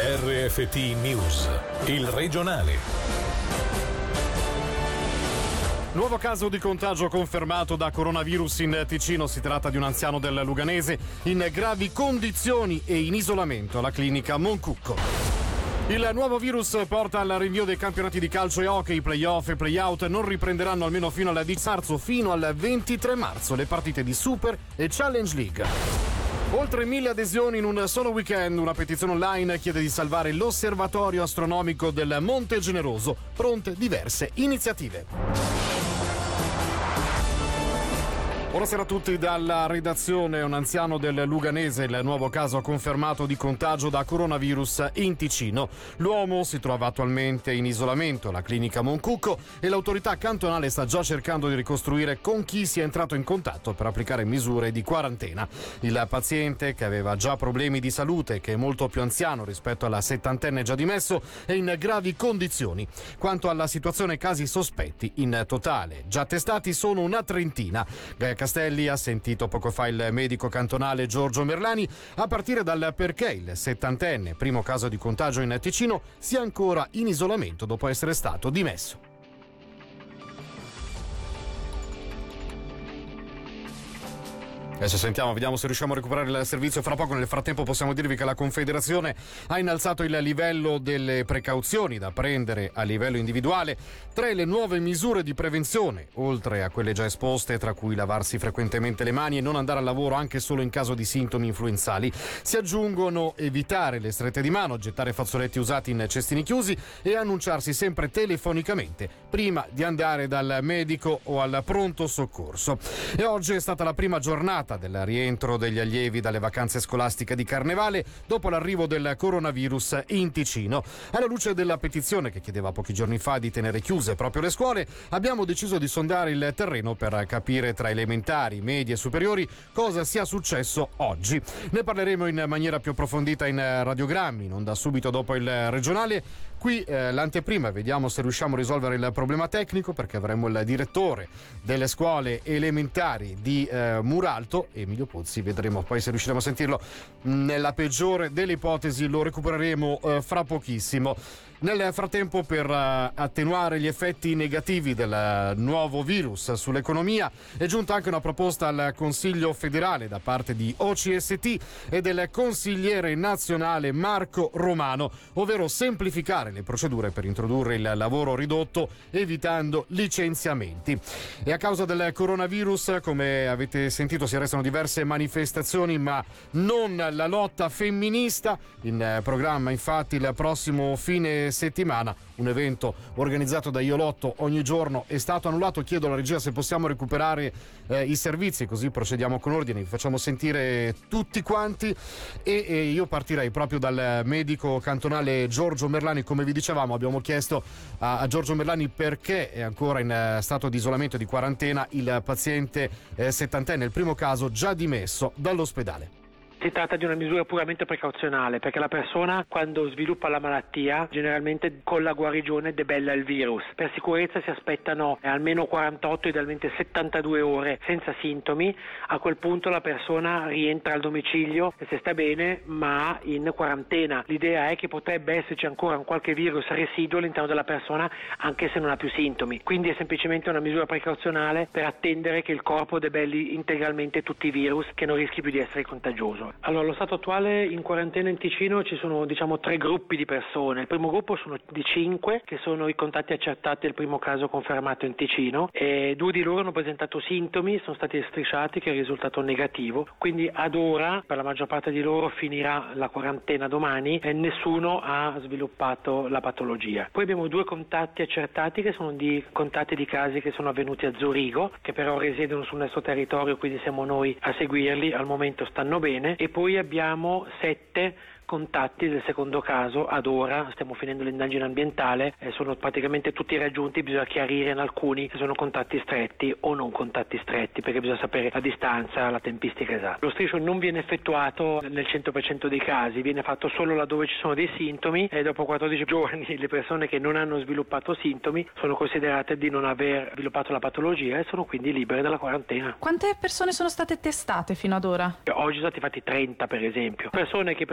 RFT News, il regionale. Nuovo caso di contagio confermato da coronavirus in Ticino. Si tratta di un anziano del Luganese in gravi condizioni e in isolamento alla clinica Moncucco. Il nuovo virus porta al rinvio dei campionati di calcio e hockey. Playoff e playout non riprenderanno almeno fino al 10 marzo, fino al 23 marzo le partite di Super e Challenge League. Oltre 1000 adesioni in un solo weekend. Una petizione online chiede di salvare l'osservatorio astronomico del Monte Generoso. Pronte diverse iniziative. Buonasera a tutti dalla redazione. Un anziano del Luganese, il nuovo caso confermato di contagio da coronavirus in Ticino. L'uomo si trova attualmente in isolamento alla clinica Moncucco e l'autorità cantonale sta già cercando di ricostruire con chi sia entrato in contatto per applicare misure di quarantena. Il paziente, che aveva già problemi di salute, che è molto più anziano rispetto alla settantenne già dimesso, è in gravi condizioni. Quanto alla situazione, casi sospetti in totale già testati sono una trentina. Castelli ha sentito poco fa il medico cantonale Giorgio Merlani, a partire dal perché il settantenne, primo caso di contagio in Ticino, sia ancora in isolamento dopo essere stato dimesso. Adesso sentiamo, vediamo se riusciamo a recuperare il servizio fra poco. Nel frattempo possiamo dirvi che la Confederazione ha innalzato il livello delle precauzioni da prendere a livello individuale. Tra le nuove misure di prevenzione, oltre a quelle già esposte, tra cui lavarsi frequentemente le mani e non andare al lavoro anche solo in caso di sintomi influenzali, si aggiungono evitare le strette di mano, gettare fazzoletti usati in cestini chiusi e annunciarsi sempre telefonicamente prima di andare dal medico o al pronto soccorso. E oggi è stata la prima giornata del rientro degli allievi dalle vacanze scolastiche di Carnevale dopo l'arrivo del coronavirus in Ticino. Alla luce della petizione che chiedeva pochi giorni fa di tenere chiuse proprio le scuole, abbiamo deciso di sondare il terreno per capire tra elementari, medie e superiori cosa sia successo oggi. Ne parleremo in maniera più approfondita in radiogrammi, non da subito dopo il regionale. Qui l'anteprima, vediamo se riusciamo a risolvere il problema tecnico, perché avremo il direttore delle scuole elementari di Muralto, Emilio Pozzi. Vedremo poi se riusciremo a sentirlo. Nella peggiore delle ipotesi lo recupereremo fra pochissimo. Nel frattempo, per attenuare gli effetti negativi del nuovo virus sull'economia, è giunta anche una proposta al Consiglio federale da parte di OCST e del consigliere nazionale Marco Romano, ovvero semplificare le procedure per introdurre il lavoro ridotto evitando licenziamenti. E a causa del coronavirus, come avete sentito, si arrestano diverse manifestazioni, ma non la lotta femminista. In programma infatti il prossimo fine settimana un evento organizzato da Io Lotto Ogni Giorno è stato annullato. Chiedo alla regia se possiamo recuperare i servizi, così procediamo con ordine, vi facciamo sentire tutti quanti e io partirei proprio dal medico cantonale Giorgio Merlani. Come vi dicevamo, abbiamo chiesto a Giorgio Merlani perché è ancora in stato di isolamento e di quarantena il paziente settantenne, il primo caso già dimesso dall'ospedale. Si tratta di una misura puramente precauzionale, perché la persona, quando sviluppa la malattia, generalmente con la guarigione debella il virus. Per sicurezza si aspettano almeno 48, idealmente 72 ore senza sintomi. A quel punto la persona rientra al domicilio se sta bene, ma in quarantena. L'idea è che potrebbe esserci ancora un qualche virus residuo all'interno della persona, anche se non ha più sintomi. Quindi è semplicemente una misura precauzionale per attendere che il corpo debelli integralmente tutti i virus, che non rischi più di essere contagioso. Allora, allo stato attuale in quarantena in Ticino ci sono 3 gruppi di persone. Il primo gruppo sono di 5, che sono i contatti accertati del primo caso confermato in Ticino, e 2 di loro hanno presentato sintomi, sono stati strisciati, che è risultato negativo. Quindi ad ora per la maggior parte di loro finirà la quarantena domani e nessuno ha sviluppato la patologia. Poi abbiamo 2 contatti accertati, che sono di contatti di casi che sono avvenuti a Zurigo, che però risiedono sul nostro territorio, quindi siamo noi a seguirli. Al momento stanno bene. E poi abbiamo 7 contatti del secondo caso. Ad ora stiamo finendo l'indagine ambientale, sono praticamente tutti raggiunti. Bisogna chiarire in alcuni se sono contatti stretti o non contatti stretti, perché bisogna sapere la distanza, la tempistica esatta. Lo striscio non viene effettuato nel 100% dei casi, viene fatto solo laddove ci sono dei sintomi, e dopo 14 giorni le persone che non hanno sviluppato sintomi sono considerate di non aver sviluppato la patologia e sono quindi libere dalla quarantena. Quante persone sono state testate fino ad ora? Oggi sono stati fatti 30 per esempio. Persone che presentano dei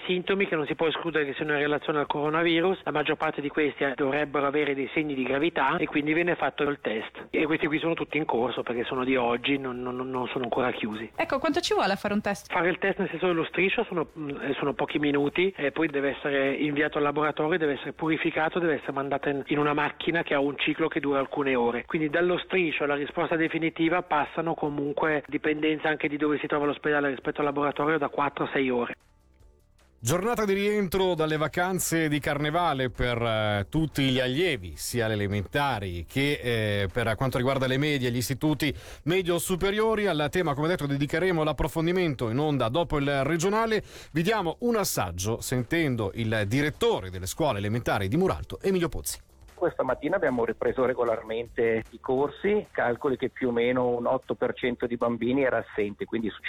sintomi che non si può escludere che siano in relazione al coronavirus. La maggior parte di questi dovrebbero avere dei segni di gravità e quindi viene fatto il test. E questi qui sono tutti in corso perché sono di oggi, non sono ancora chiusi. Ecco, quanto ci vuole a fare un test? Fare il test nel senso dello striscio sono pochi minuti e poi deve essere inviato al laboratorio, deve essere purificato, deve essere mandato in una macchina che ha un ciclo che dura alcune ore. Quindi dallo striscio alla risposta definitiva passano comunque, dipendenza anche di dove si trova l'ospedale rispetto al laboratorio, da 4 a 6 ore. Giornata di rientro dalle vacanze di carnevale per tutti gli allievi, sia le elementari che per quanto riguarda le medie e gli istituti medio superiori. Al tema, come detto, dedicheremo l'approfondimento in onda dopo il regionale. Vi diamo un assaggio sentendo il direttore delle scuole elementari di Muralto, Emilio Pozzi. Questa mattina abbiamo ripreso regolarmente i corsi, calcoli che più o meno un 8% di bambini era assente, quindi su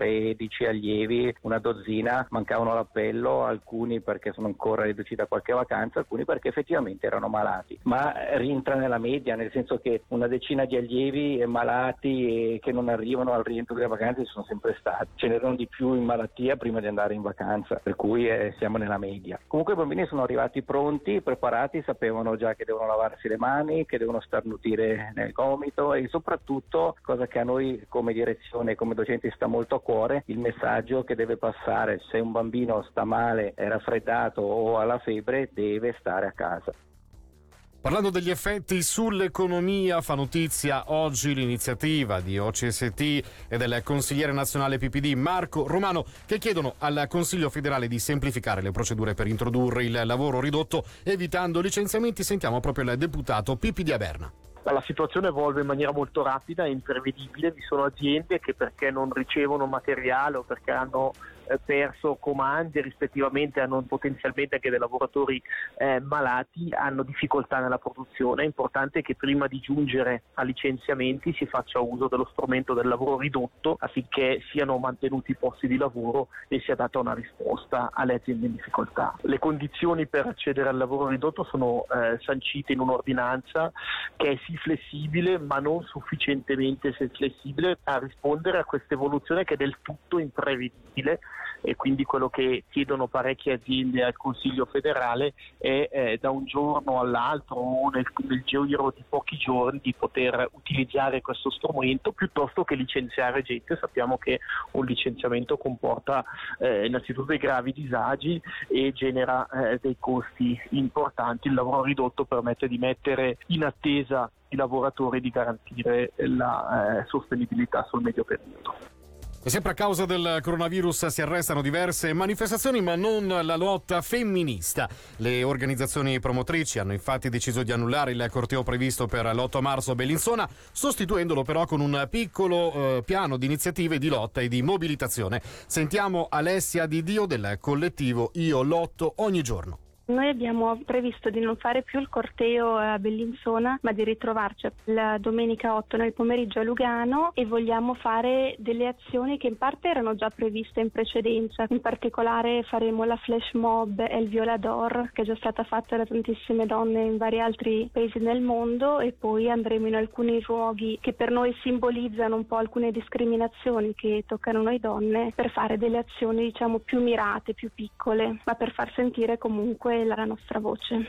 113 allievi una dozzina mancavano l'appello, alcuni perché sono ancora riduciti da qualche vacanza, alcuni perché effettivamente erano malati, ma rientra nella media, nel senso che una decina di allievi malati e che non arrivano al rientro delle vacanze ci sono sempre stati, ce n'erano di più in malattia prima di andare in vacanza, per cui siamo nella media. Comunque i bambini sono arrivati pronti, preparati, sapevano già che devono lavarsi le mani, che devono starnutire nel gomito e soprattutto, cosa che a noi come direzione e come docenti sta molto a cuore, il messaggio che deve passare: se un bambino sta male, è raffreddato o ha la febbre, deve stare a casa. Parlando degli effetti sull'economia, fa notizia oggi l'iniziativa di OCST e del consigliere nazionale PPD Marco Romano, che chiedono al Consiglio federale di semplificare le procedure per introdurre il lavoro ridotto evitando licenziamenti. Sentiamo proprio il deputato Pippi di Averna. La situazione evolve in maniera molto rapida e imprevedibile. Vi sono aziende che, perché non ricevono materiale o perché hanno perso comandi, rispettivamente hanno potenzialmente anche dei lavoratori malati, hanno difficoltà nella produzione. È importante che prima di giungere a licenziamenti si faccia uso dello strumento del lavoro ridotto affinché siano mantenuti i posti di lavoro e sia data una risposta alle aziende in difficoltà. Le condizioni per accedere al lavoro ridotto sono sancite in un'ordinanza che è sì flessibile ma non sufficientemente flessibile a rispondere a questa evoluzione che è del tutto imprevedibile, e quindi quello che chiedono parecchie aziende al Consiglio federale è da un giorno all'altro o nel giro di pochi giorni di poter utilizzare questo strumento piuttosto che licenziare gente. Sappiamo che un licenziamento comporta innanzitutto dei gravi disagi e genera dei costi importanti. Il lavoro ridotto permette di mettere in attesa i lavoratori e di garantire la sostenibilità sul medio periodo. E sempre a causa del coronavirus si arrestano diverse manifestazioni, ma non la lotta femminista. Le organizzazioni promotrici hanno infatti deciso di annullare il corteo previsto per l'8 marzo a Bellinzona, sostituendolo però con un piccolo piano di iniziative di lotta e di mobilitazione. Sentiamo Alessia Di Dio del collettivo Io Lotto Ogni Giorno. Noi abbiamo previsto di non fare più il corteo a Bellinzona, ma di ritrovarci la domenica 8 nel pomeriggio a Lugano, e vogliamo fare delle azioni che in parte erano già previste in precedenza. In particolare faremo la flash mob e il violador, che è già stata fatta da tantissime donne in vari altri paesi nel mondo, e poi andremo in alcuni luoghi che per noi simbolizzano un po' alcune discriminazioni che toccano noi donne, per fare delle azioni diciamo più mirate, più piccole, ma per far sentire comunque la nostra voce.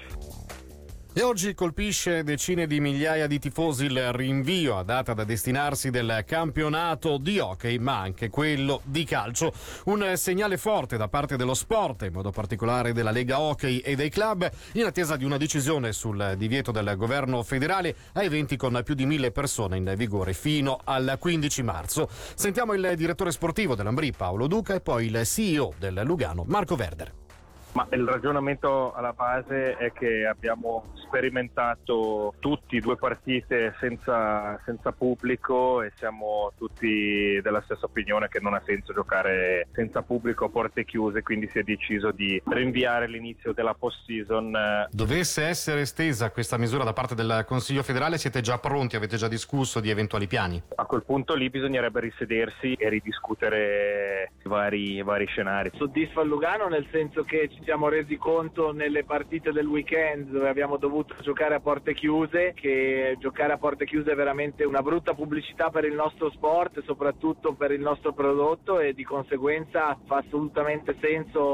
E oggi colpisce decine di migliaia di tifosi il rinvio a data da destinarsi del campionato di hockey, ma anche quello di calcio. Un segnale forte da parte dello sport, in modo particolare della Lega Hockey e dei club, in attesa di una decisione sul divieto del governo federale a eventi con più di 1.000 persone in vigore fino al 15 marzo. Sentiamo il direttore sportivo dell'Ambrì, Paolo Duca, e poi il CEO del Lugano, Marco Verder. Ma il ragionamento alla base è che abbiamo sperimentato tutti 2 partite senza pubblico e siamo tutti della stessa opinione che non ha senso giocare senza pubblico a porte chiuse, quindi si è deciso di rinviare l'inizio della post-season. Dovesse essere estesa questa misura da parte del Consiglio federale, siete già pronti, avete già discusso di eventuali piani? A quel punto lì bisognerebbe risedersi e ridiscutere vari scenari. Soddisfa il Lugano nel senso che ci siamo resi conto nelle partite del weekend dove abbiamo dovuto giocare a porte chiuse che giocare a porte chiuse è veramente una brutta pubblicità per il nostro sport e soprattutto per il nostro prodotto, e di conseguenza fa assolutamente senso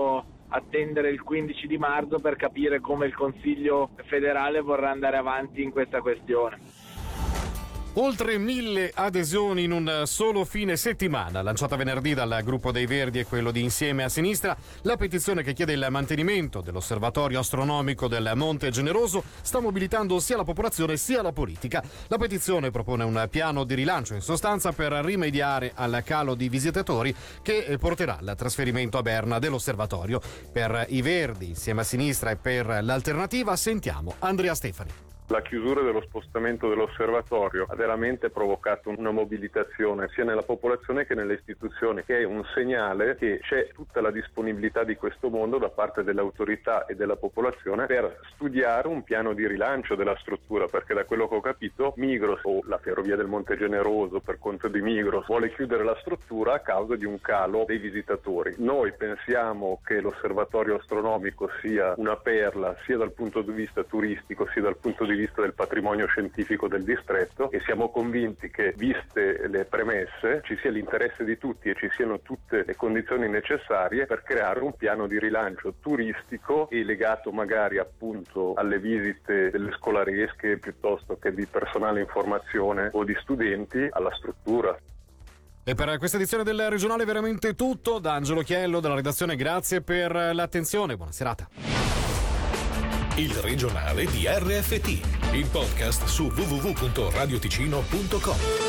attendere il 15 di marzo per capire come il Consiglio federale vorrà andare avanti in questa questione. Oltre 1000 adesioni in un solo fine settimana, lanciata venerdì dal gruppo dei Verdi e quello di Insieme a Sinistra. La petizione che chiede il mantenimento dell'osservatorio astronomico del Monte Generoso sta mobilitando sia la popolazione sia la politica. La petizione propone un piano di rilancio in sostanza per rimediare al calo di visitatori che porterà al trasferimento a Berna dell'osservatorio. Per i Verdi, Insieme a Sinistra e per l'Alternativa sentiamo Andrea Stefani. La chiusura dello spostamento dell'osservatorio ha veramente provocato una mobilitazione sia nella popolazione che nelle istituzioni, che è un segnale che c'è tutta la disponibilità di questo mondo da parte delle autorità e della popolazione per studiare un piano di rilancio della struttura, perché da quello che ho capito Migros o la Ferrovia del Monte Generoso per conto di Migros vuole chiudere la struttura a causa di un calo dei visitatori. Noi pensiamo che l'osservatorio astronomico sia una perla sia dal punto di vista turistico sia dal punto di vista del patrimonio scientifico del distretto, e siamo convinti che, viste le premesse, ci sia l'interesse di tutti e ci siano tutte le condizioni necessarie per creare un piano di rilancio turistico e legato magari appunto alle visite delle scolaresche piuttosto che di personale in formazione o di studenti alla struttura. E per questa edizione del Regionale è veramente tutto. Da Angelo Chiello della redazione, grazie per l'attenzione, buona serata. Il Regionale di RFT, il podcast su www.radioticino.com.